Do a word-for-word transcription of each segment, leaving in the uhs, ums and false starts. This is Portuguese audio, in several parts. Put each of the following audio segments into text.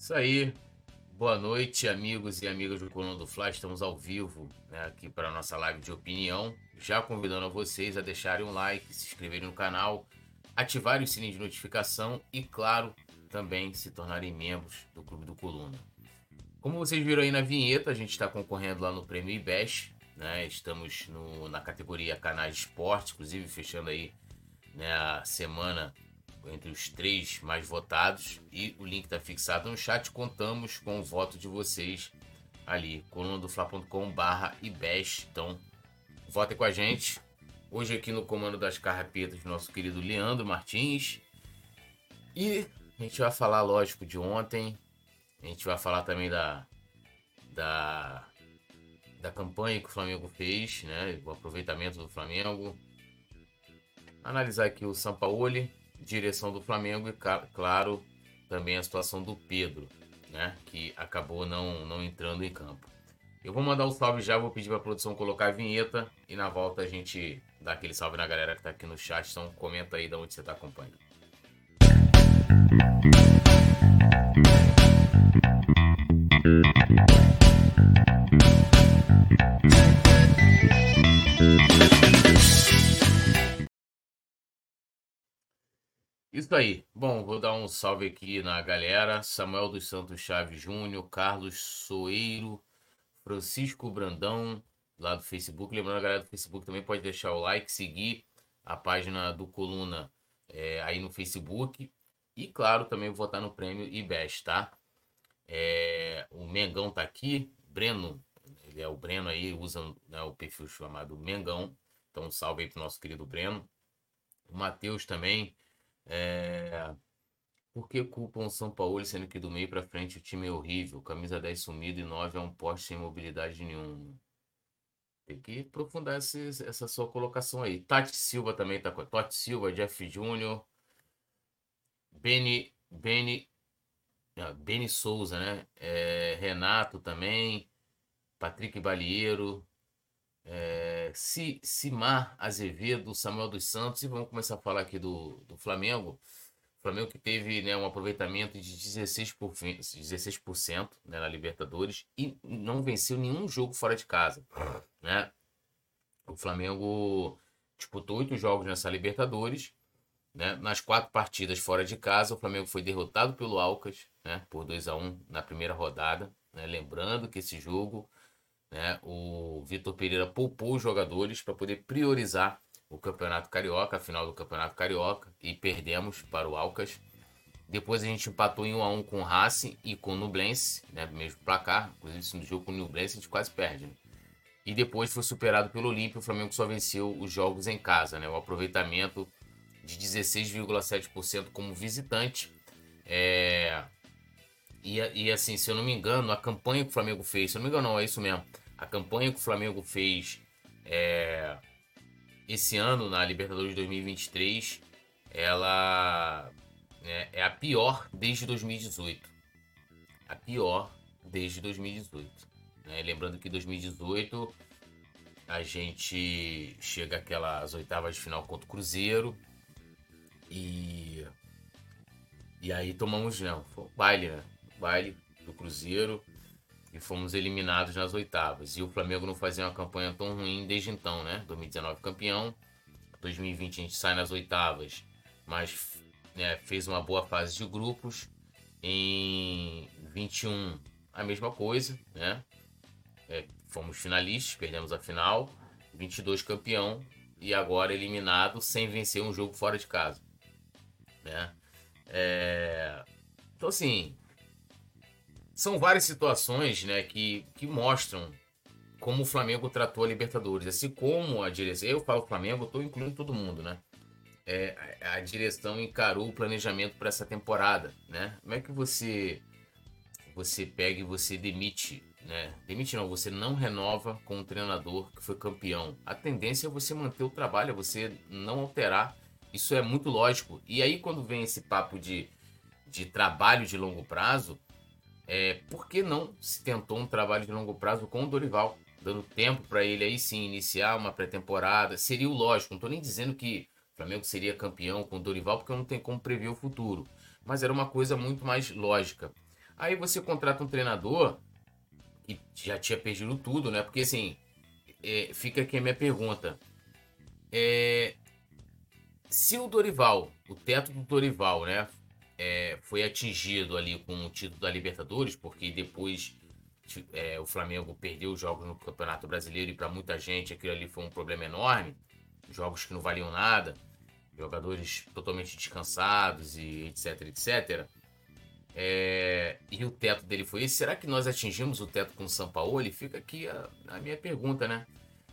Isso aí. Boa noite, amigos e amigas do Coluna do Fla. Estamos ao vivo, né, aqui para a nossa live de opinião. Já convidando a vocês a deixarem um like, se inscreverem no canal, ativarem o sininho de notificação e, claro, também se tornarem membros do Clube do Coluna. Como vocês viram aí na vinheta, a gente está concorrendo lá no Prêmio IBEST, né? Estamos no, na categoria Canais de Esporte, inclusive fechando aí, né, a semana entre os três mais votados, e o link está fixado no chat. Contamos com o voto de vocês ali, coluna do fla ponto com barra ibest. Então, votem com a gente. Hoje aqui no comando das carrapetas, nosso querido Leandro Martins. E a gente vai falar, lógico, de ontem. A gente vai falar também da, da, da campanha que o Flamengo fez, né? O aproveitamento do Flamengo. Analisar aqui o Sampaoli, direção do Flamengo e, claro, também a situação do Pedro, né, que acabou não, não entrando em campo. Eu vou mandar um salve já, vou pedir para a produção colocar a vinheta e na volta a gente dá aquele salve na galera que está aqui no chat. Então comenta aí de onde você está acompanhando. Isso aí. Bom, vou dar um salve aqui na galera. Samuel dos Santos Chaves Júnior, Carlos Soeiro, Francisco Brandão, lá do Facebook. Lembrando, a galera do Facebook também pode deixar o like, seguir a página do Coluna é, aí no Facebook. E, claro, também votar no prêmio IBEST, tá? É, o Mengão tá aqui. Breno, ele é o Breno aí, usa, né, o perfil chamado Mengão. Então, um salve aí pro nosso querido Breno. O Matheus também. É... Por que culpam o São Paulo, sendo que do meio pra frente o time é horrível? Camisa dez sumido e nove é um poste sem mobilidade nenhuma. Tem que aprofundar esse, essa sua colocação aí. Tati Silva também tá com a Tati Silva, Jeff Júnior, Beni, Beni, ah, Beni Souza, né? É, Renato também, Patrick Balieiro, é, Cimar Azevedo, Samuel dos Santos. E vamos começar a falar aqui do, do Flamengo. O Flamengo que teve, né, um aproveitamento de dezesseis por cento, dezesseis por cento, né, na Libertadores e não venceu nenhum jogo fora de casa, né? O Flamengo disputou oito jogos nessa Libertadores, né? Nas quatro partidas fora de casa, o Flamengo foi derrotado pelo Alcas, né, por dois a um na primeira rodada, né? Lembrando que esse jogo, né, o Vitor Pereira poupou os jogadores para poder priorizar o Campeonato Carioca, a final do Campeonato Carioca, e perdemos para o Alcas. Depois a gente empatou em um a um com o Racing e com o Nublense, né, mesmo placar. Inclusive, no jogo com o Nublense a gente quase perde, né? E depois foi superado pelo Olímpia. O Flamengo só venceu os jogos em casa, né? O aproveitamento de dezesseis vírgula sete por cento como visitante. É... E, e assim, se eu não me engano, a campanha que o Flamengo fez, se eu não me engano, não, é isso mesmo. A campanha que o Flamengo fez é... esse ano na Libertadores de dois mil e vinte e três, ela é, é a pior desde dois mil e dezoito. A pior desde dois mil e dezoito. Né? Lembrando que em dois mil e dezoito a gente chega àquelas oitavas de final contra o Cruzeiro e e aí tomamos, não, foi o baile, né? O baile do Cruzeiro e fomos eliminados nas oitavas. E o Flamengo não fazia uma campanha tão ruim desde então, né? dois mil e dezenove campeão, dois mil e vinte a gente sai nas oitavas, mas, né, fez uma boa fase de grupos. Em vinte e um a mesma coisa, né? É, fomos finalistas, perdemos a final. vinte e dois campeão e agora eliminado sem vencer um jogo fora de casa, né? É... Então, assim, são várias situações, né, que, que mostram como o Flamengo tratou a Libertadores. Assim como a direção, eu falo Flamengo, eu tô incluindo todo mundo, né? É, a direção encarou o planejamento para essa temporada, né? Como é que você você pega e você demite, né? Demite não, você não renova com um treinador que foi campeão. A tendência é você manter o trabalho, é você não alterar. Isso é muito lógico. E aí quando vem esse papo de, de trabalho de longo prazo, é, por que não se tentou um trabalho de longo prazo com o Dorival? Dando tempo para ele aí sim iniciar uma pré-temporada. Seria o lógico, não estou nem dizendo que o Flamengo seria campeão com o Dorival, porque não tem como prever o futuro. Mas era uma coisa muito mais lógica. Aí você contrata um treinador que já tinha perdido tudo, né? Porque assim, é, fica aqui a minha pergunta. É, se o Dorival, o teto do Dorival, né, é, foi atingido ali com o título da Libertadores, porque depois é, o Flamengo perdeu os jogos no Campeonato Brasileiro e para muita gente aquilo ali foi um problema enorme, jogos que não valiam nada, jogadores totalmente descansados e etc, etcétera. É, e o teto dele foi esse. Será que nós atingimos o teto com o Sampaoli? Fica aqui a, a minha pergunta, né?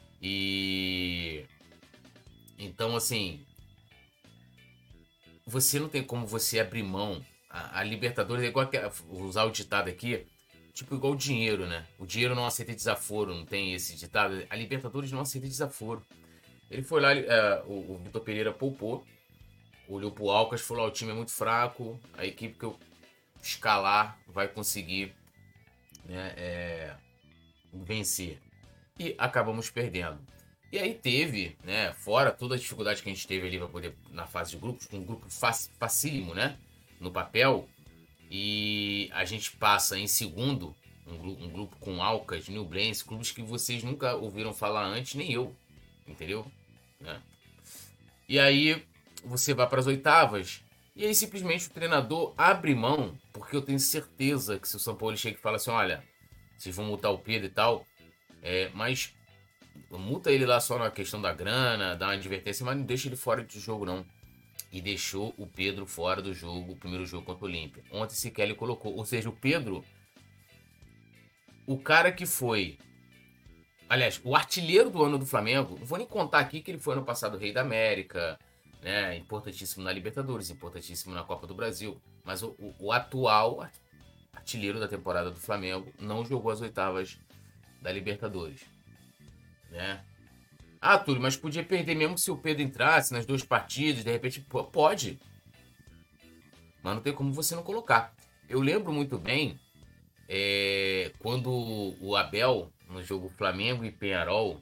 E então, assim, você não tem como você abrir mão. A, a Libertadores é igual que, usar o ditado aqui, tipo igual o dinheiro, né? O dinheiro não aceita desaforo, não tem esse ditado. A Libertadores não aceita desaforo. Ele foi lá, é, o, o Vitor Pereira poupou, olhou pro Alcas, falou: oh, o time é muito fraco, a equipe que eu escalar vai conseguir, né, é, vencer. E acabamos perdendo. E aí teve, né, fora toda a dificuldade que a gente teve ali para poder na fase de grupos, um grupo facílimo, né, no papel, e a gente passa em segundo, um, grupo, um grupo com Alcas, Newblense, clubes que vocês nunca ouviram falar antes, nem eu, entendeu? Né? E aí você vai para as oitavas, e aí simplesmente o treinador abre mão, porque eu tenho certeza que se o São Paulo chega e fala assim, olha, vocês vão multar o Pedro e tal, é, mas multa ele lá só na questão da grana, dá uma advertência, mas não deixa ele fora de jogo não. E deixou o Pedro fora do jogo, o primeiro jogo contra o Olímpia. Ontem sequer ele colocou, ou seja, o Pedro, o cara que foi, aliás, o artilheiro do ano do Flamengo, não vou nem contar aqui que ele foi ano passado Rei da América, né, importantíssimo na Libertadores, importantíssimo na Copa do Brasil, mas o, o, o atual artilheiro da temporada do Flamengo não jogou as oitavas da Libertadores, né? Ah, Túlio, mas podia perder mesmo se o Pedro entrasse nas duas partidas, de repente, pô, pode, mas não tem como você não colocar. Eu lembro muito bem é, quando o Abel, no jogo Flamengo e Peñarol,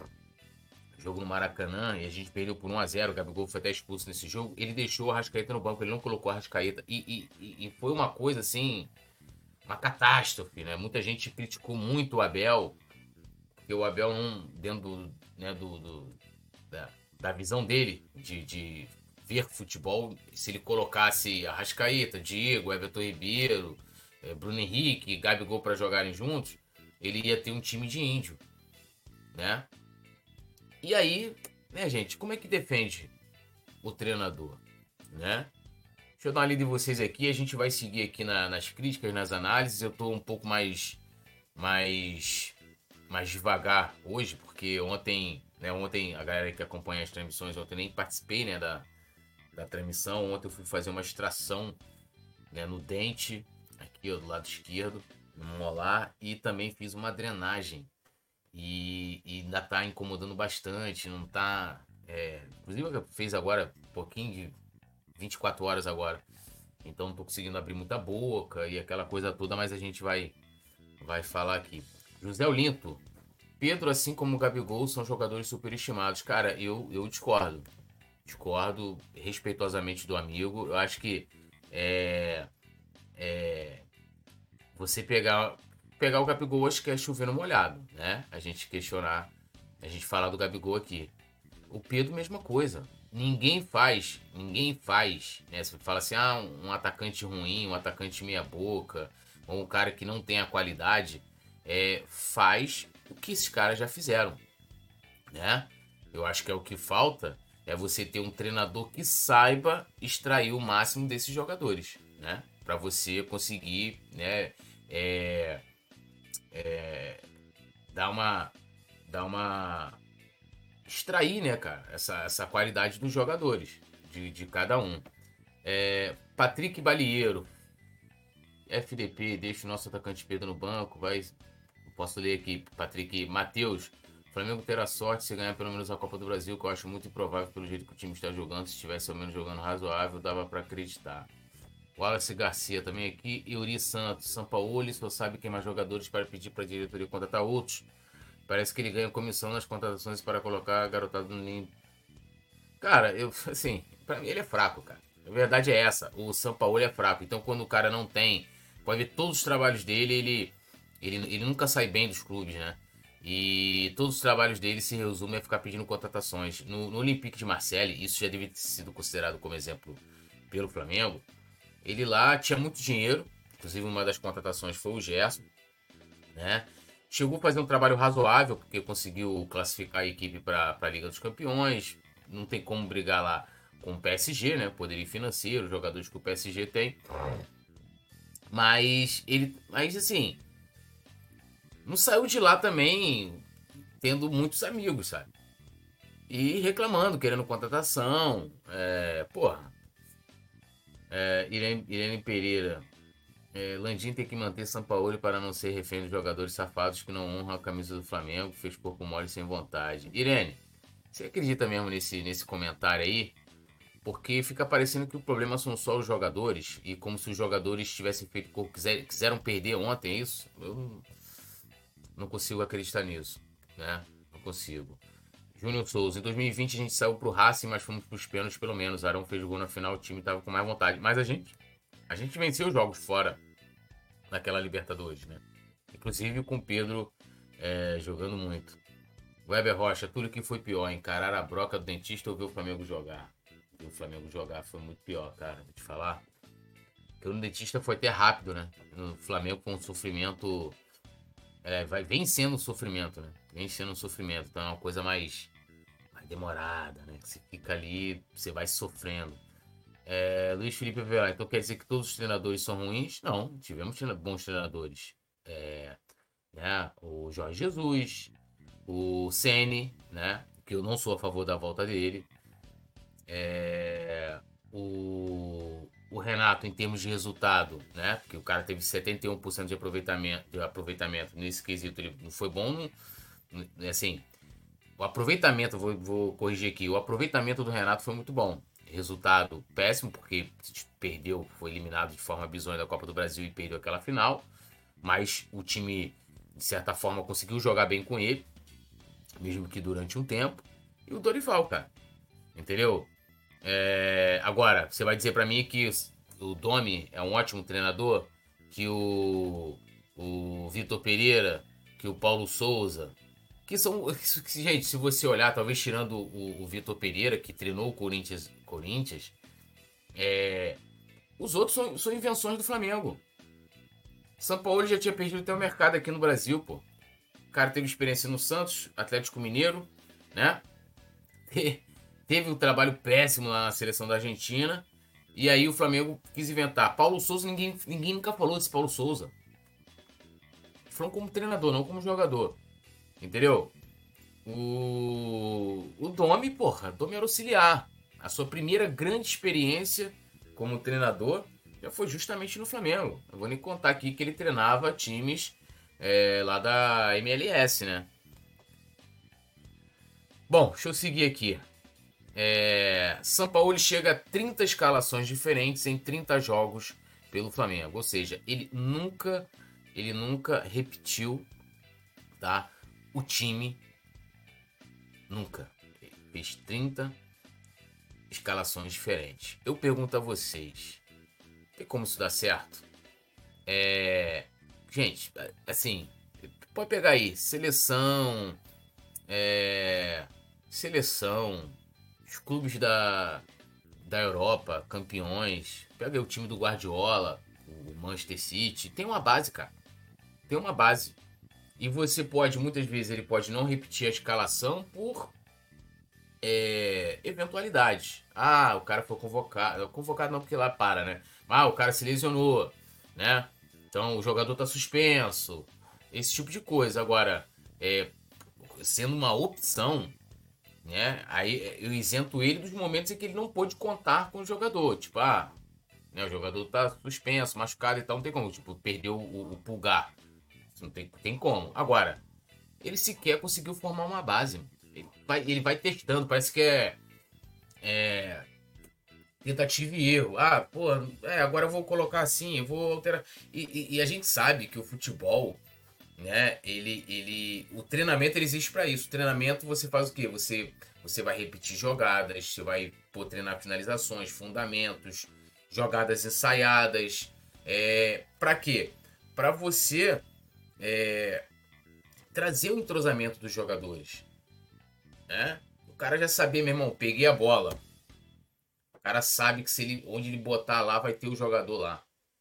jogo no Maracanã, e a gente perdeu por um a zero, o Gabigol foi até expulso nesse jogo, ele deixou o Arrascaeta no banco, ele não colocou o Arrascaeta, e, e, e foi uma coisa assim, uma catástrofe, né? Muita gente criticou muito o Abel, porque o Abel não, dentro do, né, do, do da, da visão dele, de, de ver futebol, se ele colocasse Arrascaeta, Diego, Everton Ribeiro, Bruno Henrique e Gabigol para jogarem juntos, ele ia ter um time de índio, né? E aí, né, gente, como é que defende o treinador, né? Deixa eu dar uma lida em vocês aqui, a gente vai seguir aqui na, nas críticas, nas análises. Eu tô um pouco mais mais mais devagar hoje, porque ontem, né, ontem a galera que acompanha as transmissões, ontem nem participei, né, da, da transmissão. Ontem eu fui fazer uma extração, né, no dente, aqui ó, do lado esquerdo, no molar, e também fiz uma drenagem. E, e ainda tá incomodando bastante, não tá... É, inclusive fez agora um pouquinho de vinte e quatro horas agora. Então não tô conseguindo abrir muita boca e aquela coisa toda, mas a gente vai, vai falar aqui. José Olinto. Pedro, assim como o Gabigol, são jogadores superestimados. Cara, eu, eu discordo. Discordo respeitosamente do amigo. Eu acho que é, é, você pegar, pegar o Gabigol, acho que é chover no molhado, né? A gente questionar, a gente falar do Gabigol aqui. O Pedro, mesma coisa. Ninguém faz, ninguém faz, né? Você fala assim, ah, um atacante ruim, um atacante meia boca, ou um cara que não tem a qualidade, é, faz o que esses caras já fizeram, né? Eu acho que é o que falta é você ter um treinador que saiba extrair o máximo desses jogadores, né? Para você conseguir, né? É, é, dar uma, dar uma extrair, né, cara, essa, essa qualidade dos jogadores, de, de cada um. É, Patrick Balieiro, F D P, deixa o nosso atacante Pedro no banco, vai. Posso ler aqui, Patrick. Matheus, o Flamengo terá sorte se ganhar pelo menos a Copa do Brasil, que eu acho muito improvável pelo jeito que o time está jogando. Se estivesse ao menos jogando razoável, dava para acreditar. Wallace Garcia também aqui. Yuri Santos, Sampaoli, só sabe quem mais jogadores para pedir para a diretoria contratar outros. Parece que ele ganha comissão nas contratações para colocar a garotada no ninho. Cara, eu, assim, pra mim ele é fraco, cara. A verdade é essa. O Sampaoli é fraco. Então, quando o cara não tem pode ver todos os trabalhos dele, ele, ele, ele nunca sai bem dos clubes, né? E todos os trabalhos dele se resumem a ficar pedindo contratações. No, no Olympique de Marseille, isso já devia ter sido considerado como exemplo pelo Flamengo. Ele lá tinha muito dinheiro, inclusive uma das contratações foi o Gerson, né? Chegou a fazer um trabalho razoável, porque conseguiu classificar a equipe para a Liga dos Campeões. Não tem como brigar lá com o P S G, né? Poderio financeiro, jogadores que o P S G tem. Mas ele, mas assim, não saiu de lá também tendo muitos amigos, sabe? E reclamando, querendo contratação. É, porra. É, Irene, Irene Pereira. É, Landim tem que manter Sampaoli para não ser refém dos jogadores safados que não honram a camisa do Flamengo, fez corpo mole sem vontade. Irene, você acredita mesmo nesse, nesse comentário aí? Porque fica parecendo que o problema são só os jogadores, e como se os jogadores tivessem feito corpo, quiser, quiseram perder ontem isso. Eu não, não consigo acreditar nisso, né? Não consigo. Júnior Souza, em dois mil e vinte a gente saiu pro Racing, mas fomos pros pênaltis pelo menos. Arão fez gol na final, o time tava com mais vontade. Mas a gente, a gente venceu os jogos fora naquela Libertadores, né? Inclusive com o Pedro é, jogando muito. Weber Rocha, tudo que foi pior, encarar a broca do dentista ou ver o Flamengo jogar? Ver o Flamengo jogar foi muito pior, cara, vou te falar. Porque no dentista foi até rápido, né? No Flamengo com um sofrimento... É, vai, vem sendo um sofrimento, né? Vem sendo um sofrimento, então é uma coisa mais, mais demorada, né? Que você fica ali, você vai sofrendo. É, Luiz Felipe Avelar, então quer dizer que todos os treinadores são ruins? Não, tivemos bons treinadores. É, né, o Jorge Jesus, o Ceni, né, que eu não sou a favor da volta dele. É, o, o Renato, em termos de resultado, né, porque o cara teve setenta e um por cento de aproveitamento, de aproveitamento nesse quesito, ele não foi bom, assim, o aproveitamento, vou, vou corrigir aqui, o aproveitamento do Renato foi muito bom. Resultado péssimo, porque perdeu, foi eliminado de forma bizonha da Copa do Brasil e perdeu aquela final. Mas o time, de certa forma, conseguiu jogar bem com ele, mesmo que durante um tempo. E o Dorival, cara. Entendeu? É... Agora, você vai dizer pra mim que o Domi é um ótimo treinador, que o, o Vitor Pereira, que o Paulo Souza... Que são, gente, se você olhar, talvez tirando o, o Vitor Pereira, que treinou o Corinthians, Corinthians é, os outros são, são invenções do Flamengo. São Paulo já tinha perdido até o mercado aqui no Brasil, pô. O cara teve experiência no Santos, Atlético Mineiro, né? Teve um trabalho péssimo lá na seleção da Argentina. E aí o Flamengo quis inventar. Paulo Souza, ninguém, ninguém nunca falou desse Paulo Souza. Foram como treinador, não como jogador. Entendeu? O, o Domi, porra, Domi era auxiliar. A sua primeira grande experiência como treinador já foi justamente no Flamengo. Eu vou nem contar aqui que ele treinava times é, lá da M L S, né? Bom, deixa eu seguir aqui. É, Sampaoli chega a trinta escalações diferentes em trinta jogos pelo Flamengo. Ou seja, ele nunca, ele nunca repetiu, tá? O time nunca fez trinta escalações diferentes. Eu pergunto a vocês, tem como isso dar certo? É, gente, assim, pode pegar aí, seleção, é, seleção, os clubes da, da Europa, campeões, pega aí o time do Guardiola, o Manchester City, tem uma base, cara, tem uma base. E você pode, muitas vezes, ele pode não repetir a escalação por é, eventualidades. Ah, o cara foi convocado. Convocado não, porque lá para, né? Ah, o cara se lesionou, né? Então o jogador tá suspenso. Esse tipo de coisa. Agora, é, sendo uma opção, né? Aí eu isento ele dos momentos em que ele não pôde contar com o jogador. Tipo, ah, né, o jogador tá suspenso, machucado e tal. Não tem como. Tipo, perdeu o, o pulgar. Não tem, tem como. Agora, ele sequer conseguiu formar uma base. Ele vai, ele vai testando, parece que é, é tentativa e erro. Ah, pô, é, agora eu vou colocar assim, eu vou alterar. E, e, e a gente sabe que o futebol, né, ele, ele, o treinamento ele existe para isso. O treinamento você faz o quê? Você, você vai repetir jogadas, você vai pô, treinar finalizações, fundamentos, jogadas ensaiadas. É, para quê? Para você é, trazer o entrosamento dos jogadores, né? O cara já sabia, meu irmão, peguei a bola. O cara sabe que se ele, onde ele botar lá, vai ter o jogador lá.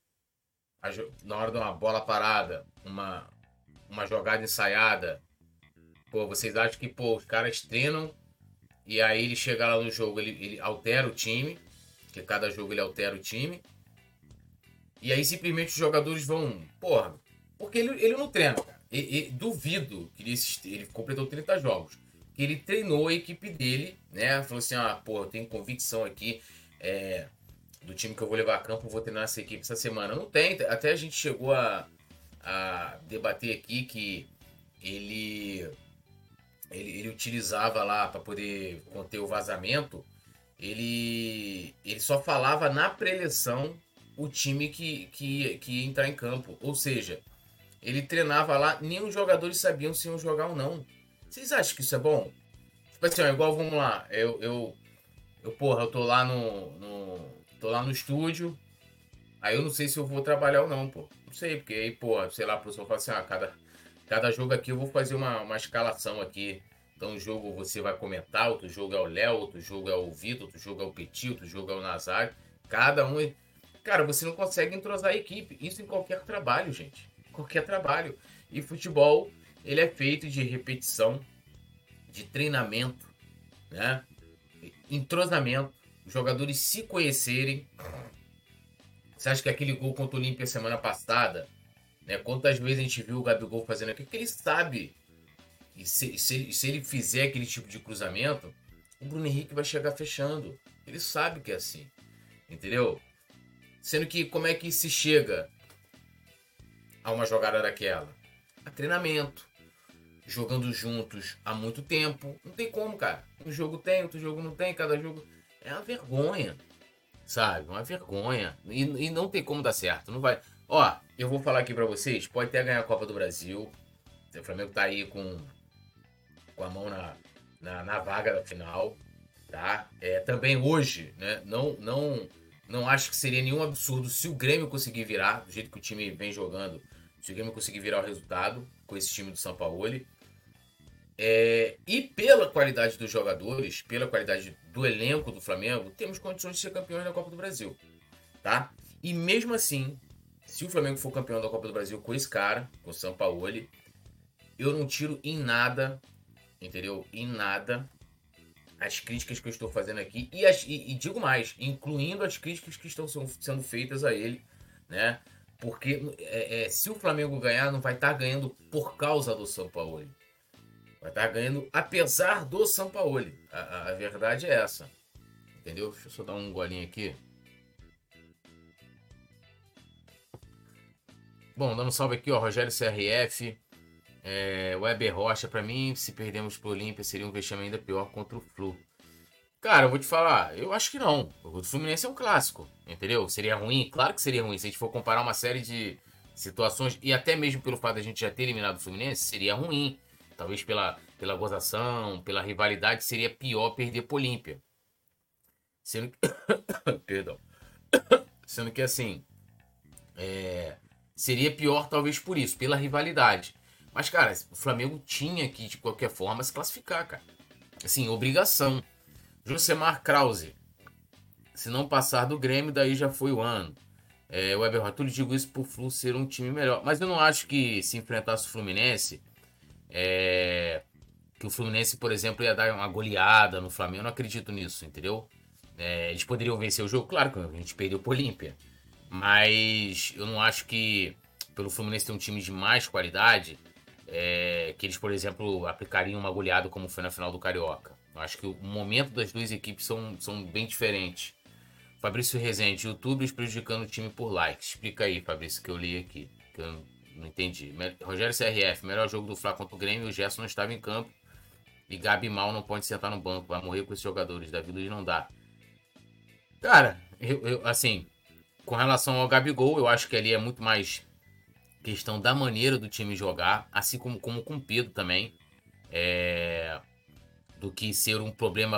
Na hora de uma bola parada, uma, uma jogada ensaiada, pô, vocês acham que, pô, os caras treinam e aí ele chega lá no jogo, ele, ele altera o time, porque cada jogo ele altera o time, e aí simplesmente os jogadores vão, porra, porque ele, ele não treina, cara. E, e, duvido que ele, ele completou trinta jogos, que ele treinou a equipe dele, né? Falou assim, ah, pô, eu tenho convicção aqui, é, do time que eu vou levar a campo, eu vou treinar essa equipe essa semana. Não tem, até a gente chegou a, a debater aqui que ele, ele, ele utilizava lá para poder conter o vazamento, ele, ele só falava na preleção o time que, que, que ia entrar em campo. Ou seja, ele treinava lá, nem os jogadores sabiam se iam jogar ou não. Vocês acham que isso é bom? Tipo assim, ó, igual, vamos lá, eu, eu, eu porra, eu tô lá no, no, tô lá no estúdio, aí eu não sei se eu vou trabalhar ou não, pô. Não sei, porque aí, pô, sei lá, o professor fala assim, ah, cada, cada jogo aqui eu vou fazer uma, uma escalação aqui. Então, um jogo você vai comentar, outro jogo é o Léo, outro jogo é o Vitor, outro jogo é o Petit, outro jogo é o Nazário. Cada um. Cara, você não consegue entrosar a equipe. Isso em qualquer trabalho, gente. Qualquer trabalho. E futebol, ele é feito de repetição, de treinamento, né? Entrosamento, os jogadores se conhecerem. Você acha que aquele gol contra o Olímpia semana passada, né? Quantas vezes a gente viu o Gabigol fazendo aquilo? Porque ele sabe. E se, se, se ele fizer aquele tipo de cruzamento, o Bruno Henrique vai chegar fechando. Ele sabe que é assim. Entendeu? Sendo que como é que se chega a uma jogada daquela? A treinamento. Jogando juntos há muito tempo. Não tem como, cara. Um jogo tem, outro jogo não tem. Cada jogo é uma vergonha. Sabe? Uma vergonha. E, e não tem como dar certo. Não vai. Ó, eu vou falar aqui pra vocês. Pode até ganhar a Copa do Brasil. O Flamengo tá aí com, com a mão na, na, na vaga da final. Tá? É, também hoje, né? Não, não, não acho que seria nenhum absurdo se o Grêmio conseguir virar, do jeito que o time vem jogando, se o Grêmio conseguir virar o resultado com esse time do São Paulo. É, e pela qualidade dos jogadores, pela qualidade do elenco do Flamengo, temos condições de ser campeões da Copa do Brasil, tá? E mesmo assim, se o Flamengo for campeão da Copa do Brasil com esse cara, com o Sampaoli, eu não tiro em nada, entendeu? Em nada as críticas que eu estou fazendo aqui e, as, e, e digo mais, incluindo as críticas que estão sendo feitas a ele, né? Porque é, é, se o Flamengo ganhar, não vai estar ganhando por causa do Sampaoli. Vai estar ganhando apesar do Sampaoli. A, a, a verdade é essa. Entendeu? Deixa eu só dar um golinho aqui. Bom, dando um salve aqui, ó. Rogério C R F. É, Weber Rocha. Pra mim, se perdemos pro Olímpia, seria um vexame ainda pior contra o Flu. Cara, eu vou te falar. Eu acho que não. O Fluminense é um clássico. Entendeu? Seria ruim? Claro que seria ruim. Se a gente for comparar uma série de situações, e até mesmo pelo fato de a gente já ter eliminado o Fluminense, seria ruim. Talvez pela, pela gozação, pela rivalidade, seria pior perder pro Olímpia. Sendo que... Perdão. Sendo que, assim, é... seria pior talvez por isso, pela rivalidade. Mas, cara, o Flamengo tinha que, de qualquer forma, se classificar, cara. Assim, obrigação. Josemar Krause. Se não passar do Grêmio, daí já foi o ano. É, o Eber Ratul, digo isso pro Flu ser um time melhor. Mas eu não acho que se enfrentasse o Fluminense... É, que o Fluminense, por exemplo, ia dar uma goleada no Flamengo. Eu não acredito nisso, entendeu? É, eles poderiam vencer o jogo, claro que a gente perdeu pro Olímpia. Mas eu não acho que, pelo Fluminense ter um time de mais qualidade, é, que eles, por exemplo, aplicariam uma goleada como foi na final do Carioca. Eu acho que o momento das duas equipes são, são bem diferentes. Fabrício Rezende, youtubers prejudicando o time por likes. Explica aí, Fabrício, que eu li aqui, que eu não entendi. Rogério C R F, melhor jogo do Fla contra o Grêmio, o Gerson não estava em campo. E Gabi Mal não pode sentar no banco, vai morrer com esses jogadores. Davi Luiz não dá. Cara, eu, eu, assim, com relação ao Gabigol, eu acho que ali é muito mais questão da maneira do time jogar, assim como, como com o Pedro também, é, do que ser um problema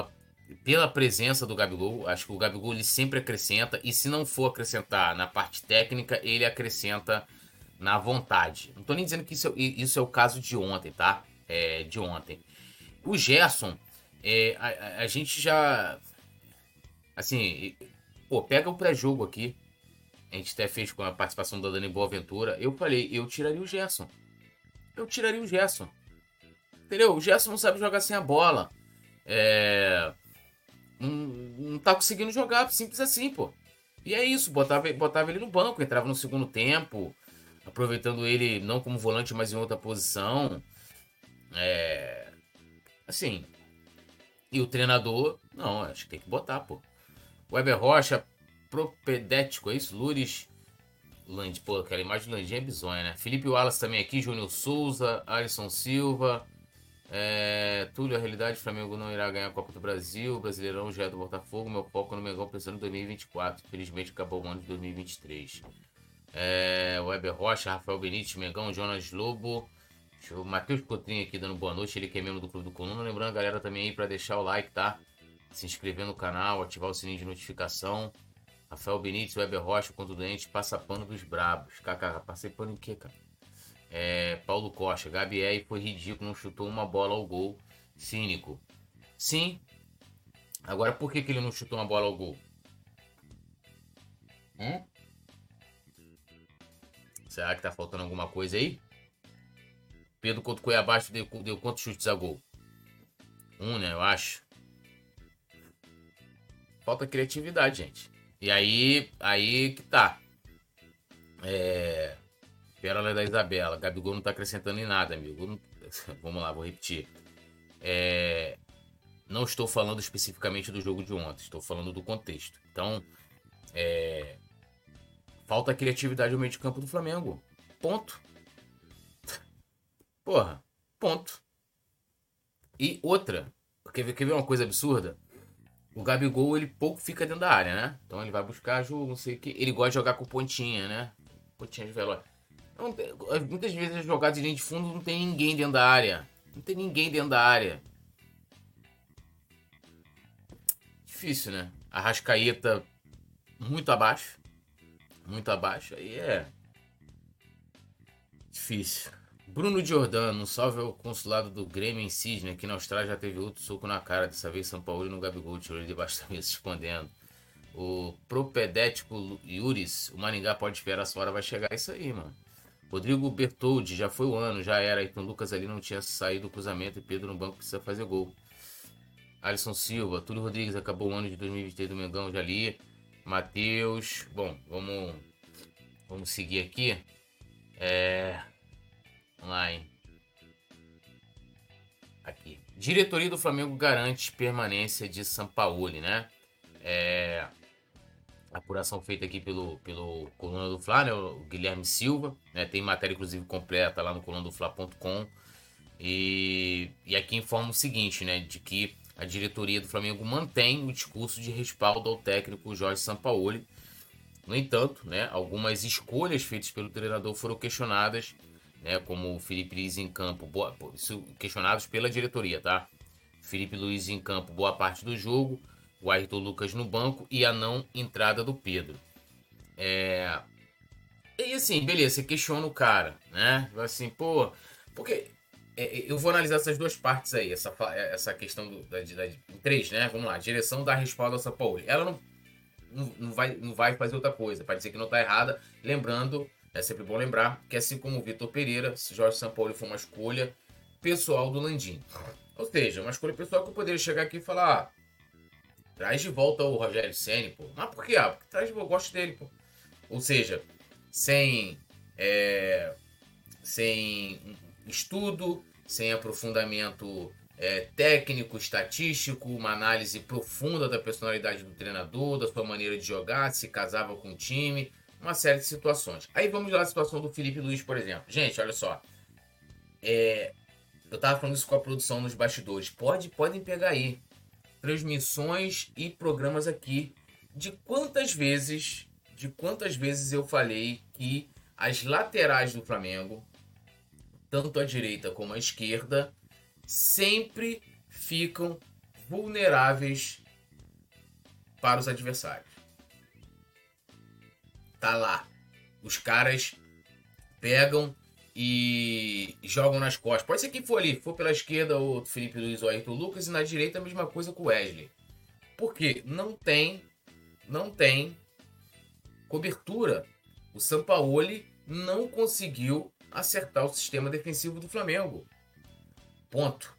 pela presença do Gabigol, acho que o Gabigol ele sempre acrescenta, e se não for acrescentar na parte técnica, ele acrescenta na vontade. Não tô nem dizendo que isso é, isso é o caso de ontem, tá? É, de ontem. O Gerson, é, a, a gente já. Assim, pô, pega o pré-jogo aqui. A gente até fez com a participação da Dani Boaventura. Eu falei, eu tiraria o Gerson. Eu tiraria o Gerson. Entendeu? O Gerson não sabe jogar sem a bola. É. Não, não tá conseguindo jogar, simples assim, pô. E é isso, botava, botava ele no banco, entrava no segundo tempo, aproveitando ele não como volante, mas em outra posição. É. Assim. E o treinador, não, acho que tem que botar, pô. Weber Rocha, propedético, é isso? Lures. Land, pô, aquela imagem do Landinha é bizonha, né? Felipe Wallace também aqui, Júnior Souza, Alisson Silva. É, Túlio, a realidade, o Flamengo não irá ganhar a Copa do Brasil. O Brasileirão já é do Botafogo. Meu foco no Mengão pensando em dois mil e vinte e quatro. Infelizmente acabou o ano de dois mil e vinte e três. É, Weber Rocha, Rafael Benítez, Mengão, Jonas Lobo. Deixa eu, Matheus Cotrinho aqui dando boa noite. Ele que é membro do Clube do Coluna. Lembrando a galera também aí pra deixar o like, tá? Se inscrever no canal, ativar o sininho de notificação. Rafael Benítez, Weber Rocha, contra o doente, passa pano dos brabos. Kaká, passei pano em quê, cara? É, Paulo Costa, Gabriel foi ridículo, não chutou uma bola ao gol. Cínico. Sim. Agora, por que, que ele não chutou uma bola ao gol? Hum? Será que tá faltando alguma coisa aí? Pedro contra o Cuiabá deu, deu quantos chutes a gol? Um, né? Eu acho. Falta criatividade, gente. E aí, aí que tá. É... Pérola da Isabela. Gabigol não tá acrescentando em nada, amigo. Não... Vamos lá, vou repetir. É... Não estou falando especificamente do jogo de ontem. Estou falando do contexto. Então, é... falta criatividade no meio de campo do Flamengo. Ponto. Porra, ponto. E outra. Quer ver, quer ver uma coisa absurda? O Gabigol, ele pouco fica dentro da área, né? Então ele vai buscar jogo, não sei o que. Ele gosta de jogar com pontinha, né? Pontinha de veloz. Muitas vezes as jogadas de linha de fundo não tem ninguém dentro da área. Não tem ninguém dentro da área. Difícil, né? Arrascaeta muito abaixo. Muito abaixo. Aí é difícil. Bruno Giordano, um salve ao consulado do Grêmio em Sydney. Aqui na Austrália já teve outro soco na cara. Dessa vez São Paulo e no Gabigol tirou ele debaixo da mesa se escondendo. O propedético Yuris, o Maringá pode esperar, a sua hora vai chegar. Isso aí, mano. Rodrigo Bertoldi, já foi o ano, já era. Então Lucas ali não tinha saído do cruzamento e Pedro no banco precisa fazer gol. Alisson Silva, Túlio Rodrigues, acabou o ano de dois mil e vinte e três do Mengão, já li. Matheus, bom, vamos, vamos seguir aqui. É... Vamos lá, hein. Aqui. Diretoria do Flamengo garante permanência de Sampaoli, né? É... Apuração feita aqui pelo, pelo Coluna do Fla, né? O Guilherme Silva, né? Tem matéria, inclusive, completa lá no coluna do fla ponto com. E, e aqui informa o seguinte, né? De que a diretoria do Flamengo mantém o discurso de respaldo ao técnico Jorge Sampaoli. No entanto, né? Algumas escolhas feitas pelo treinador foram questionadas, né? Como o Felipe Luiz em campo, boa, isso questionados pela diretoria, tá? Felipe Luiz em campo boa parte do jogo, o Ayrton Lucas no banco e a não entrada do Pedro. É... E assim, beleza, você questiona o cara, né? Assim, pô, porque é, eu vou analisar essas duas partes aí, essa, essa questão do, da, da, três, né? Vamos lá, direção dá respaldo ao Sampaoli. Ela não, não, não, vai, não vai fazer outra coisa, para dizer que não tá errada, lembrando, é sempre bom lembrar, que assim como o Vitor Pereira, se Jorge Sampaoli foi uma escolha pessoal do Landim. Ou seja, uma escolha pessoal que eu poderia chegar aqui e falar, ah, traz de volta o Rogério Ceni, pô. Mas por quê? Ah, porque traz de volta, eu gosto dele, pô. Ou seja, sem, é, sem estudo, sem aprofundamento é, técnico, estatístico, uma análise profunda da personalidade do treinador, da sua maneira de jogar, se casava com o time, uma série de situações. Aí vamos lá a situação do Felipe Luiz, por exemplo. Gente, olha só. É, eu tava falando isso com a produção nos bastidores. Pode, podem pegar aí transmissões e programas aqui de quantas vezes, de quantas vezes eu falei que as laterais do Flamengo, tanto a direita como a esquerda, sempre ficam vulneráveis para os adversários. Tá lá. Os caras pegam e jogam nas costas. Pode ser quem for ali. For pela esquerda o Felipe Luiz ou Ayrton Lucas, e na direita a mesma coisa com o Wesley. Por quê? Não tem, não tem cobertura. O Sampaoli não conseguiu acertar o sistema defensivo do Flamengo. Ponto.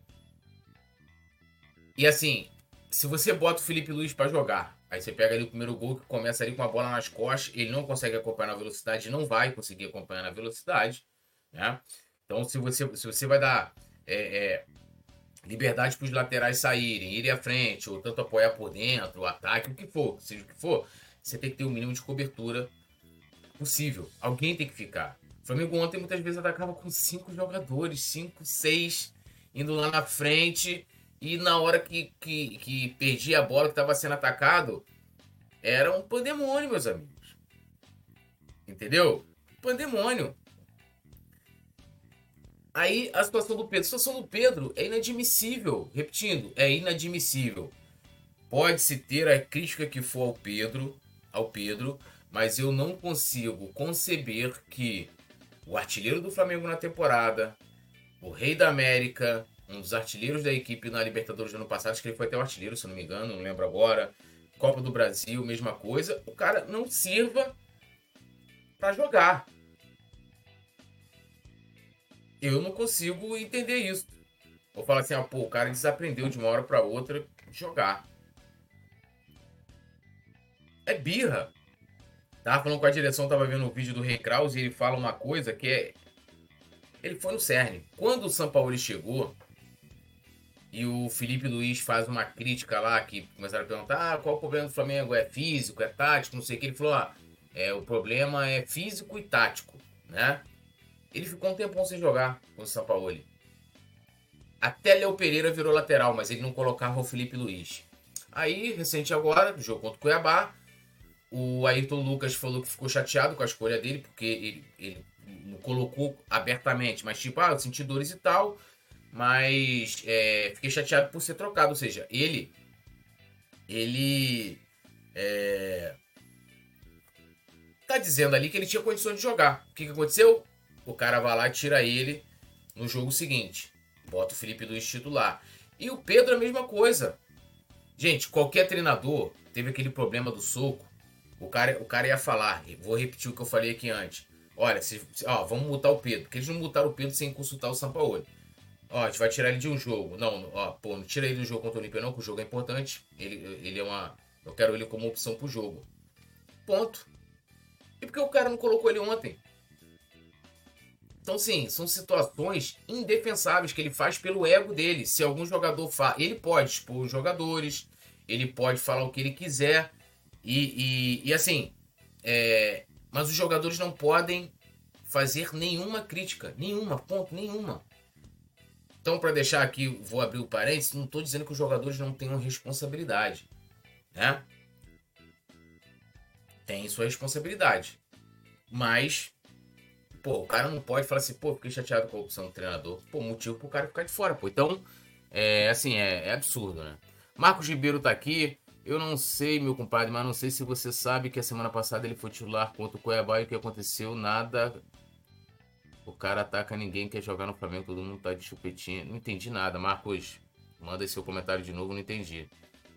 E assim, se você bota o Felipe Luiz para jogar, aí você pega ali o primeiro gol que começa ali com a bola nas costas, ele não consegue acompanhar na velocidade, não vai conseguir acompanhar na velocidade, né? Então, se você, se você vai dar é, é, liberdade para os laterais saírem, irem à frente, ou tanto apoiar por dentro, o ataque, o que for, seja o que for, você tem que ter o mínimo de cobertura possível. Alguém tem que ficar. O Flamengo ontem muitas vezes atacava com cinco jogadores, cinco, seis, indo lá na frente, e na hora que, que, que perdia a bola, que estava sendo atacado, era um pandemônio, meus amigos. Entendeu? Pandemônio. Aí a situação do Pedro. A situação do Pedro é inadmissível. Repetindo, é inadmissível. Pode-se ter a crítica que for ao Pedro, ao Pedro, mas eu não consigo conceber que o artilheiro do Flamengo na temporada, o Rei da América, um dos artilheiros da equipe na Libertadores do ano passado, acho que ele foi até o artilheiro, se não me engano, não lembro agora. Copa do Brasil, mesma coisa. O cara não sirva para jogar. Eu não consigo entender isso. Vou falar assim, ah, pô, o cara desaprendeu de uma hora para outra jogar. É birra. Tava falando com a direção, tava vendo o vídeo do Rei Kraus e ele fala uma coisa que é... Ele foi no cerne. Quando o Sampaoli chegou e o Felipe Luiz faz uma crítica lá, que começaram a perguntar, ah, qual o problema do Flamengo? É físico, é tático, não sei o que. Ele falou, ah, é, o problema é físico e tático, né? Ele ficou um tempão sem jogar com o Sampaoli. Até Léo Pereira virou lateral, mas ele não colocava o Felipe Luiz. Aí, recente agora, no jogo contra o Cuiabá, o Ayrton Lucas falou que ficou chateado com a escolha dele, porque ele, ele não colocou abertamente, mas tipo, ah, eu senti dores e tal, mas é, fiquei chateado por ser trocado. Ou seja, ele, ele é, tá dizendo ali que ele tinha condições de jogar. O que, que aconteceu? O cara vai lá e tira ele no jogo seguinte. Bota o Felipe Luiz titular. E o Pedro a mesma coisa. Gente, qualquer treinador teve aquele problema do soco. O cara, o cara ia falar, vou repetir o que eu falei aqui antes. Olha, se, ó, vamos mutar o Pedro. Porque eles não mutaram o Pedro sem consultar o Sampaoli. Ó, a gente vai tirar ele de um jogo. Não, ó, pô, não tira ele do jogo contra o Olímpia não, que o jogo é importante. Ele, ele é uma... Eu quero ele como opção pro jogo. Ponto. E por que o cara não colocou ele ontem? Então, sim, são situações indefensáveis que ele faz pelo ego dele. Se algum jogador fala... Ele pode expor os jogadores, ele pode falar o que ele quiser. E, e, e assim, é... mas os jogadores não podem fazer nenhuma crítica. Nenhuma, ponto, nenhuma. Então, para deixar aqui, vou abrir o parênteses, não estou dizendo que os jogadores não tenham responsabilidade, né? Tem sua responsabilidade. Mas... Pô, o cara não pode falar assim, pô, fiquei chateado com a opção do treinador. Pô, motivo pro cara ficar de fora, pô. Então, é assim, é, é absurdo, né? Marcos Ribeiro tá aqui. Eu não sei, meu compadre, mas não sei se você sabe que a semana passada ele foi titular contra o Cuiabá e o que aconteceu, nada. O cara ataca, ninguém quer jogar no Flamengo, todo mundo tá de chupetinha. Não entendi nada, Marcos. Manda aí seu comentário de novo, não entendi.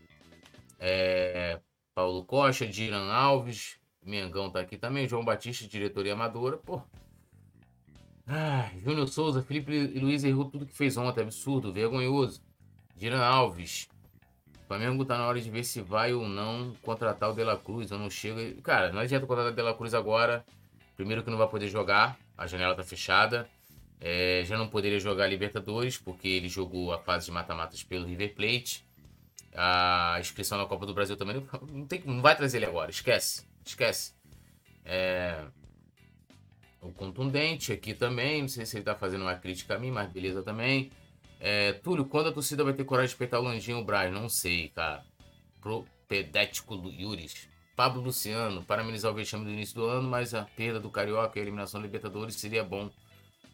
É, Paulo Costa, Diran Alves, Mengão tá aqui também, João Batista, diretoria amadora, pô. Ah, Júnior Souza, Felipe e Luiz errou tudo que fez ontem, absurdo, vergonhoso. Diran Alves, o Flamengo tá na hora de ver se vai ou não contratar o De La Cruz, ou não chega. Cara, não adianta contratar o De La Cruz agora. Primeiro que não vai poder jogar, a janela tá fechada. É, já não poderia jogar Libertadores, porque ele jogou a fase de mata-matas pelo River Plate. A inscrição na Copa do Brasil também não, tem, não vai trazer ele agora, esquece, esquece. É... O contundente aqui também, não sei se ele tá fazendo uma crítica a mim, mas beleza também. É, Túlio, quando a torcida vai ter coragem de peitar o Landinho ou o Braz? Não sei, cara. Propedético Yuris. Pablo Luciano, para amenizar o vexame do início do ano, mas a perda do Carioca e a eliminação da Libertadores seria bom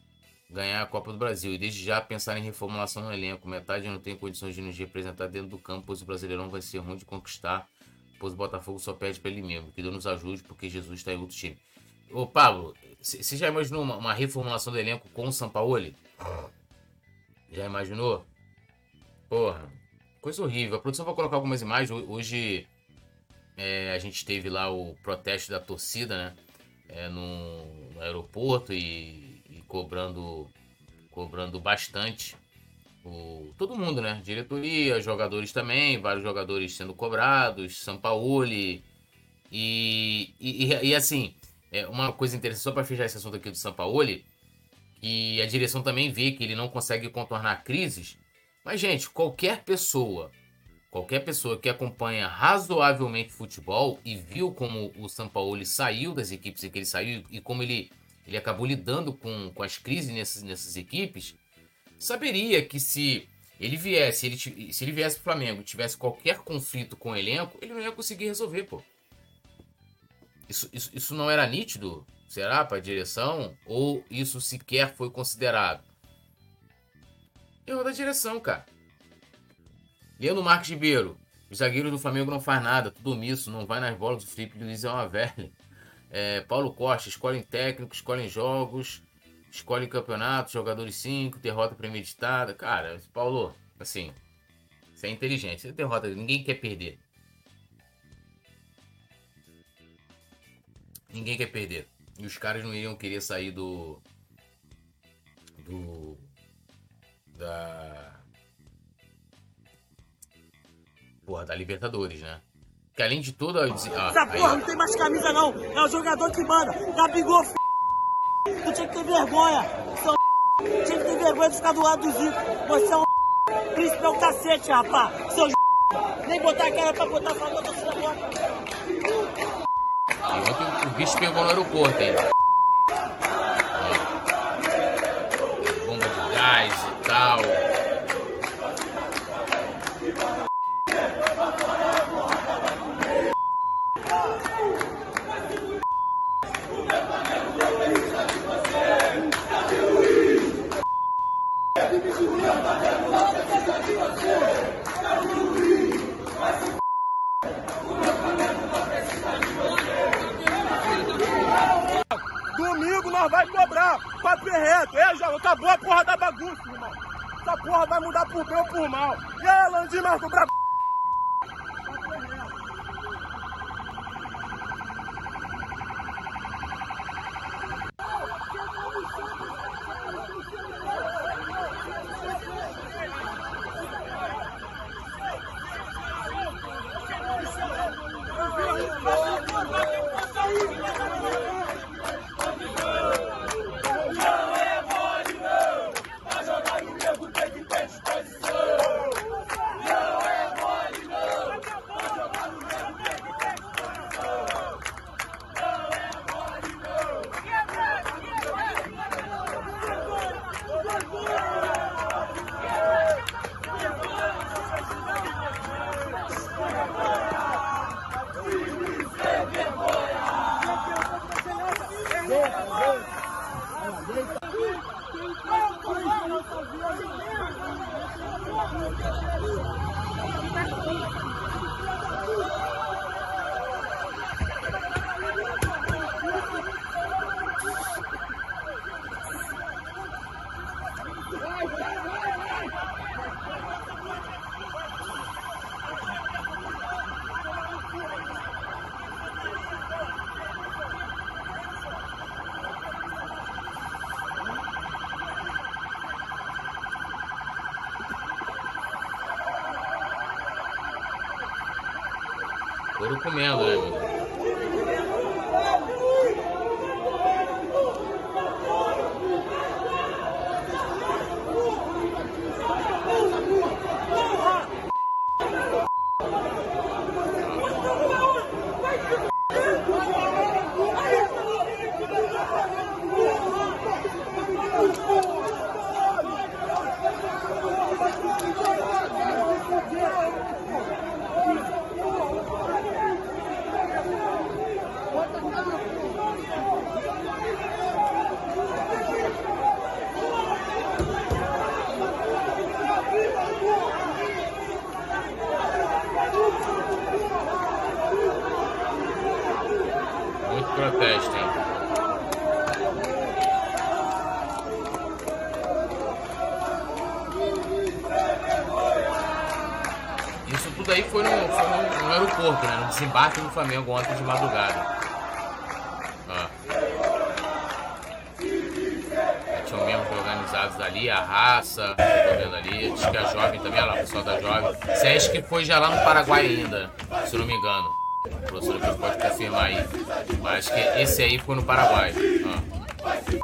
ganhar a Copa do Brasil e desde já pensar em reformulação no elenco. Metade não tem condições de nos representar dentro do campo, pois o Brasileirão vai ser ruim de conquistar, pois o Botafogo só perde para ele mesmo. Que Deus nos ajude, porque Jesus está em outro time. Ô Pablo, você já imaginou uma, uma reformulação do elenco com o Sampaoli? Já imaginou? Porra, coisa horrível. A produção vai colocar algumas imagens. Hoje é, a gente teve lá o protesto da torcida, né? É, no, no aeroporto e, e cobrando, cobrando bastante. O, todo mundo, né? Diretoria, jogadores também, vários jogadores sendo cobrados, Sampaoli. E, e, e, e assim, é uma coisa interessante, só para fechar esse assunto aqui do Sampaoli, que a direção também vê que ele não consegue contornar crises. Mas, gente, qualquer pessoa, qualquer pessoa que acompanha razoavelmente futebol e viu como o Sampaoli saiu das equipes em que ele saiu e como ele, ele acabou lidando com, com as crises nessas, nessas equipes, saberia que se ele viesse, ele, se ele viesse pro Flamengo e tivesse qualquer conflito com o elenco, ele não ia conseguir resolver, pô. Isso, isso, isso não era nítido, será, para a direção? Ou isso sequer foi considerado? Erro da direção, cara. Leandro Marques Ribeiro. Os zagueiros do Flamengo não faz nada, tudo omisso, não vai nas bolas. O Felipe Luiz é uma velha. É, Paulo Costa, escolhem técnicos, escolhem jogos, escolhem campeonatos, jogadores cinco, derrota premeditada. Cara, Paulo, assim, você é inteligente. Você derrota, ninguém quer perder. Ninguém quer perder. E os caras não iriam querer sair do... Do... Da... Porra, da Libertadores, né? Que além de toda... Ah, Essa porra aí, não tem mais camisa não. É o jogador que manda. Gabigol, f... Tu tinha que ter vergonha. Seu... Tinha que ter vergonha de ficar do lado do Zico. Você é um... Príncipe é o cacete, rapaz. Seu... Nem botar a cara pra botar a favor da sua agora. E ontem o bicho pegou no aeroporto ainda. Bomba de gás e tal. Domingo nós vai cobrar, papo reto. É, já acabou a porra da bagunça, irmão. Essa porra vai mudar por bem ou por mal. E aí, Landim, nós cobrar. Foram comendo, né, meu? aí foi no, foi no, no aeroporto, né? No desembarque do Flamengo ontem de madrugada. Ó. Tinham membros organizados ali, a raça, tô vendo ali, acho que a Jovem também, olha lá, o pessoal da Jovem. Sesc foi já lá no Paraguai ainda, se eu não me engano. O professor aqui pode confirmar aí. Mas acho que esse aí foi no Paraguai. Ó.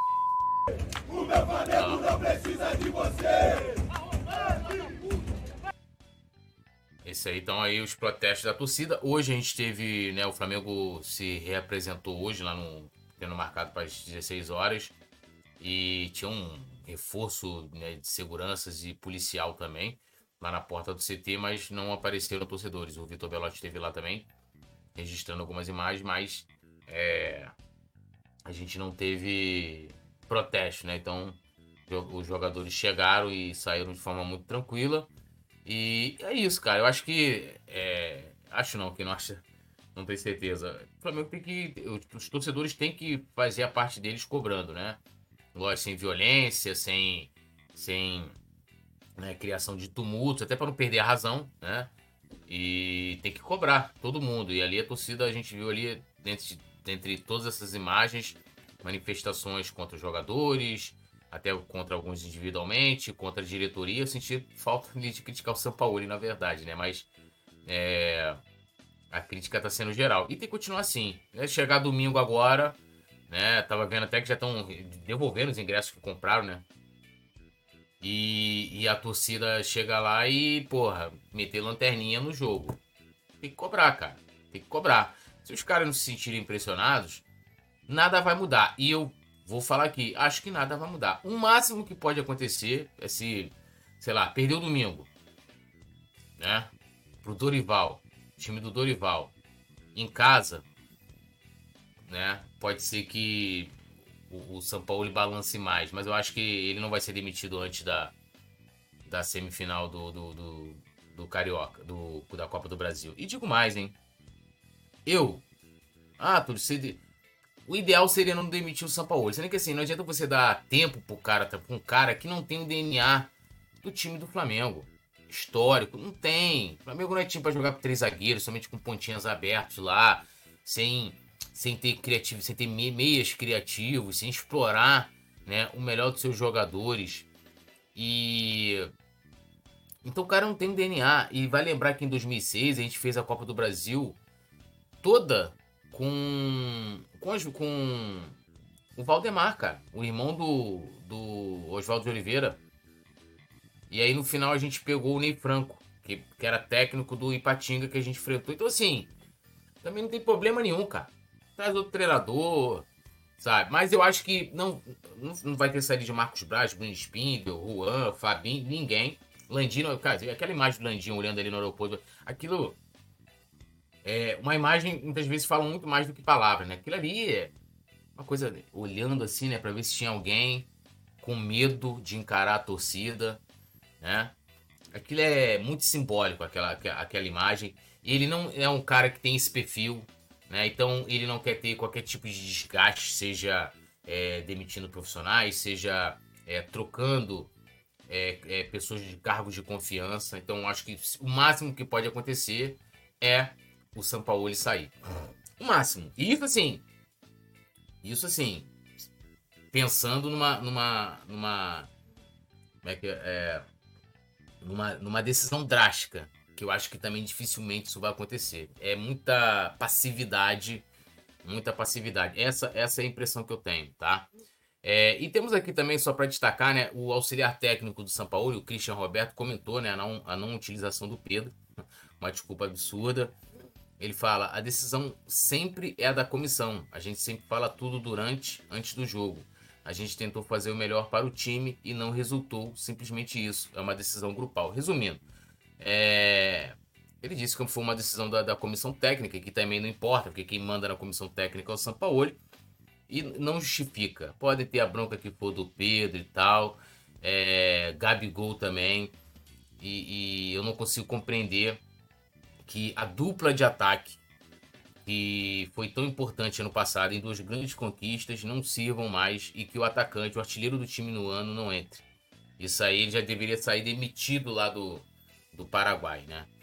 Esse aí, então, aí os protestos da torcida. Hoje a gente teve, né, o Flamengo se reapresentou hoje lá no, tendo marcado para as dezesseis horas. E tinha um reforço, né, de seguranças e policial também lá na porta do C T, mas não apareceram torcedores. O Vitor Belotti esteve lá também, registrando algumas imagens, mas é, a gente não teve protesto, né? Então os jogadores chegaram e saíram de forma muito tranquila. E é isso, cara. Eu acho que é, acho não, que não acha, não tenho certeza. O Flamengo tem que, os torcedores têm que fazer a parte deles cobrando, né? Lógico, sem violência, sem, sem né, criação de tumultos, até para não perder a razão, né? E tem que cobrar todo mundo. E ali a torcida, a gente viu ali, dentre, dentre todas essas imagens, manifestações contra os jogadores, até contra alguns individualmente, contra a diretoria. Eu senti falta de criticar o Sampaoli, na verdade, né? Mas é, a crítica está sendo geral. E tem que continuar assim. É chegar domingo agora, né? Tava vendo até que já estão devolvendo os ingressos que compraram, né? E, e a torcida chega lá e, porra, meter lanterninha no jogo. Tem que cobrar, cara. Tem que cobrar. Se os caras não se sentirem impressionados, nada vai mudar. E eu vou falar aqui, acho que nada vai mudar. O máximo que pode acontecer é se, sei lá, perder o domingo, né? Pro Dorival, time do Dorival, em casa, né? Pode ser que o, o Sampaoli balance mais, mas eu acho que ele não vai ser demitido antes da, da semifinal do, do, do, do Carioca, do, da Copa do Brasil. E digo mais, hein? Eu, ah, tudo você... O ideal seria não demitir o Sampaoli. Sendo que assim, não adianta você dar tempo pro cara, pra um cara que não tem o D N A do time do Flamengo. Histórico, não tem. O Flamengo não é time pra jogar com três zagueiros, somente com pontinhas abertos lá, sem, sem ter criativo, sem ter meias criativos, sem explorar, né, o melhor dos seus jogadores. E então o cara não tem o D N A. E vai lembrar que em dois mil e seis a gente fez a Copa do Brasil toda com com, as, com o Valdemar, cara, o irmão do, do Oswaldo de Oliveira. E aí no final a gente pegou o Ney Franco, que, que era técnico do Ipatinga, que a gente enfrentou. Então assim, também não tem problema nenhum, cara. Traz outro treinador, sabe? Mas eu acho que não, não, não vai ter saída de Marcos Braz, Bruno Spindel, Juan, Fabinho, ninguém. Landinho, cara, aquela imagem do Landinho olhando ali no aeroporto, aquilo... É, uma imagem, muitas vezes, fala muito mais do que palavras, né? Aquilo ali é uma coisa, olhando assim, né? Pra ver se tinha alguém com medo de encarar a torcida, né? Aquilo é muito simbólico, aquela, aquela imagem. E ele não é um cara que tem esse perfil, né? Então, ele não quer ter qualquer tipo de desgaste, seja é, demitindo profissionais, seja é, trocando é, é, pessoas de cargos de confiança. Então, acho que o máximo que pode acontecer é o Sampaoli sair. O máximo. E isso assim, isso assim, pensando numa, numa, numa, como é que é, numa, numa decisão drástica, que eu acho que também dificilmente isso vai acontecer. É muita passividade, muita passividade. Essa, essa é a impressão que eu tenho, tá? É, e temos aqui também, só para destacar, né, o auxiliar técnico do Sampaoli, o Christian Roberto, comentou, né, a não, a não utilização do Pedro, uma desculpa absurda. Ele fala, a decisão sempre é a da comissão. A gente sempre fala tudo durante, antes do jogo. A gente tentou fazer o melhor para o time e não resultou simplesmente isso. É uma decisão grupal. Resumindo, é... ele disse que foi uma decisão da, da comissão técnica, que também não importa, porque quem manda na comissão técnica é o Sampaoli, e não justifica. Pode ter a bronca que for do Pedro e tal, é... Gabigol também, e, e eu não consigo compreender que a dupla de ataque, que foi tão importante ano passado em duas grandes conquistas, não sirvam mais e que o atacante, o artilheiro do time no ano, não entre. Isso aí ele já deveria sair demitido lá do, do Paraguai, né?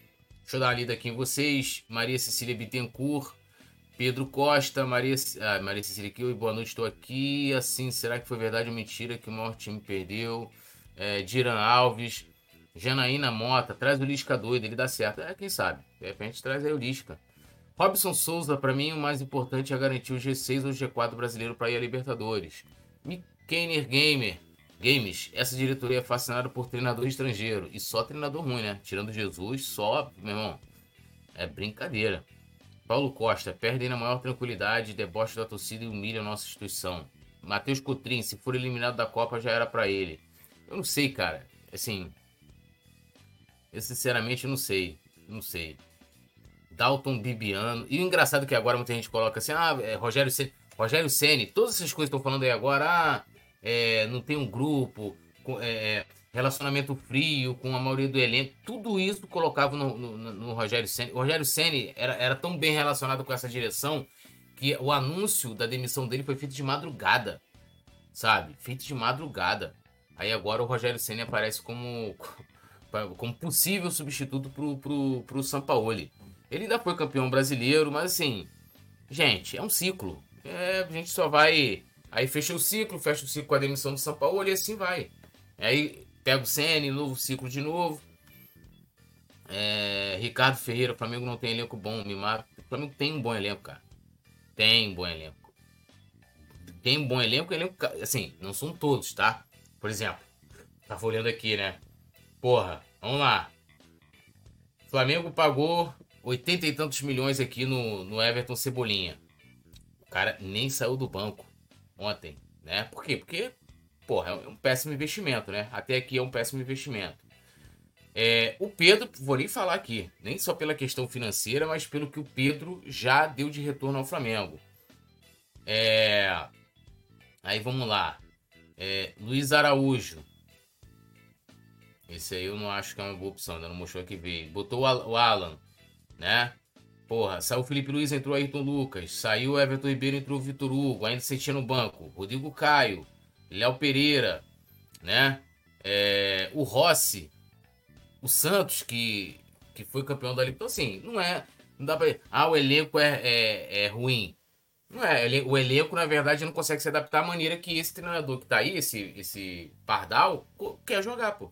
Deixa eu dar uma lida aqui em vocês. Maria Cecília Bittencourt, Pedro Costa, Maria, ah, Maria Cecília aqui, boa noite, estou aqui. Assim, será que foi verdade ou mentira que o maior time perdeu? É, Diran Alves, Janaína Mota, traz o Lisca doido, ele dá certo. É, quem sabe? De repente traz aí o Lisca. Robson Souza, para mim, o mais importante é garantir o G seis ou o G quatro brasileiro para ir a Libertadores. Mikener Gamer. Games, essa diretoria é fascinada por treinador estrangeiro. E só treinador ruim, né? Tirando Jesus, só, meu irmão, é brincadeira. Paulo Costa, perdem na maior tranquilidade, deboche da torcida e humilha a nossa instituição. Matheus Cotrim, se for eliminado da Copa, já era pra ele. Eu não sei, cara. Assim, eu sinceramente não sei. Não sei. Dalton Bibiano. E o engraçado é que agora muita gente coloca assim, ah, é, Rogério Ceni. Rogério Ceni, todas essas coisas que estão falando aí agora, ah, É, não tem um grupo, é, relacionamento frio com a maioria do elenco, tudo isso colocava no, no, no Rogério Ceni. O Rogério Ceni era, era tão bem relacionado com essa direção que o anúncio da demissão dele foi feito de madrugada, sabe? Feito de madrugada. Aí agora o Rogério Ceni aparece como, como possível substituto pro, pro, pro Sampaoli. Ele ainda foi campeão brasileiro, mas assim, gente, é um ciclo. É, a gente só vai... Aí fecha o ciclo, fecha o ciclo com a demissão do Sampaoli e assim vai. Aí pega o Ceni, novo ciclo de novo. É, Ricardo Ferreira, o Flamengo não tem elenco bom, mimado. O Flamengo tem um bom elenco, cara. Tem um bom elenco. Tem um bom elenco, elenco, assim, não são todos, tá? Por exemplo, tava olhando aqui, né? Porra, vamos lá. O Flamengo pagou oitenta e tantos milhões aqui no, no Everton Cebolinha. O cara nem saiu do banco ontem, né? Por quê? Porque, porra, é um péssimo investimento, né? Até aqui é um péssimo investimento. É, o Pedro, vou nem falar aqui, nem só pela questão financeira, mas pelo que o Pedro já deu de retorno ao Flamengo. É, aí vamos lá. É, Luiz Araújo. Esse aí eu não acho que é uma boa opção, ainda não mostrou que veio. Botou o Alan, né? Porra, saiu o Felipe Luiz, entrou o Ayrton Lucas. Saiu o Everton Ribeiro, entrou o Vitor Hugo. Ainda sentia no banco. Rodrigo Caio. Léo Pereira. Né? É, o Rossi. O Santos, que, que foi campeão da Liga. Então, assim, não é... Não dá pra... Ah, o elenco é, é, é ruim. Não é. O elenco, na verdade, não consegue se adaptar à maneira que esse treinador que tá aí, esse, esse Pardal, quer jogar, pô.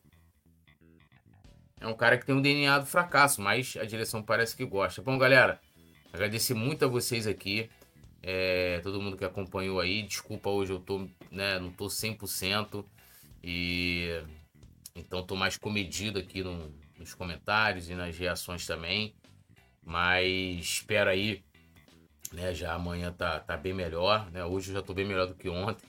É um cara que tem um D N A do fracasso, mas a direção parece que gosta. Bom, galera, agradecer muito a vocês aqui. É, todo mundo que acompanhou aí. Desculpa, hoje eu tô, né, não tô cem por cento. E então tô mais comedido aqui no, nos comentários e nas reações também. Mas espero aí, né, já amanhã tá, tá bem melhor, né? Hoje eu já tô bem melhor do que ontem.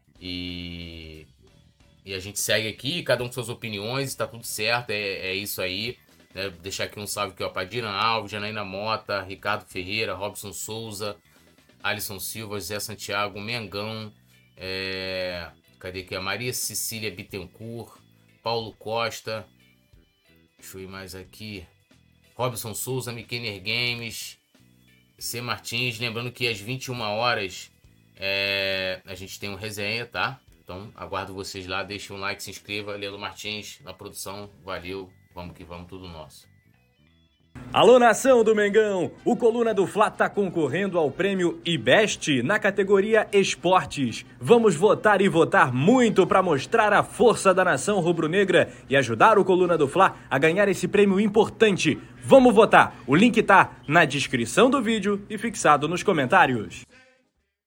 E... E a gente segue aqui, cada um com suas opiniões, está tudo certo, é, é isso aí. Né? Deixar aqui um salve aqui, ó, para Diran Alves, Janaína Mota, Ricardo Ferreira, Robson Souza, Alisson Silva, Zé Santiago, Mengão, é... cadê aqui? A Maria Cecília Bittencourt, Paulo Costa, deixa eu ir mais aqui, Robson Souza, Mikener Games, C. Martins, lembrando que às vinte e uma horas é... a gente tem um resenha, tá? Então, aguardo vocês lá, deixem um like, se inscreva. Leandro Martins na produção, valeu, vamos que vamos, tudo nosso. Alô, nação do Mengão! O Coluna do Fla tá concorrendo ao prêmio IBEST na categoria Esportes. Vamos votar e votar muito para mostrar a força da nação rubro-negra e ajudar o Coluna do Fla a ganhar esse prêmio importante. Vamos votar! O link tá na descrição do vídeo e fixado nos comentários.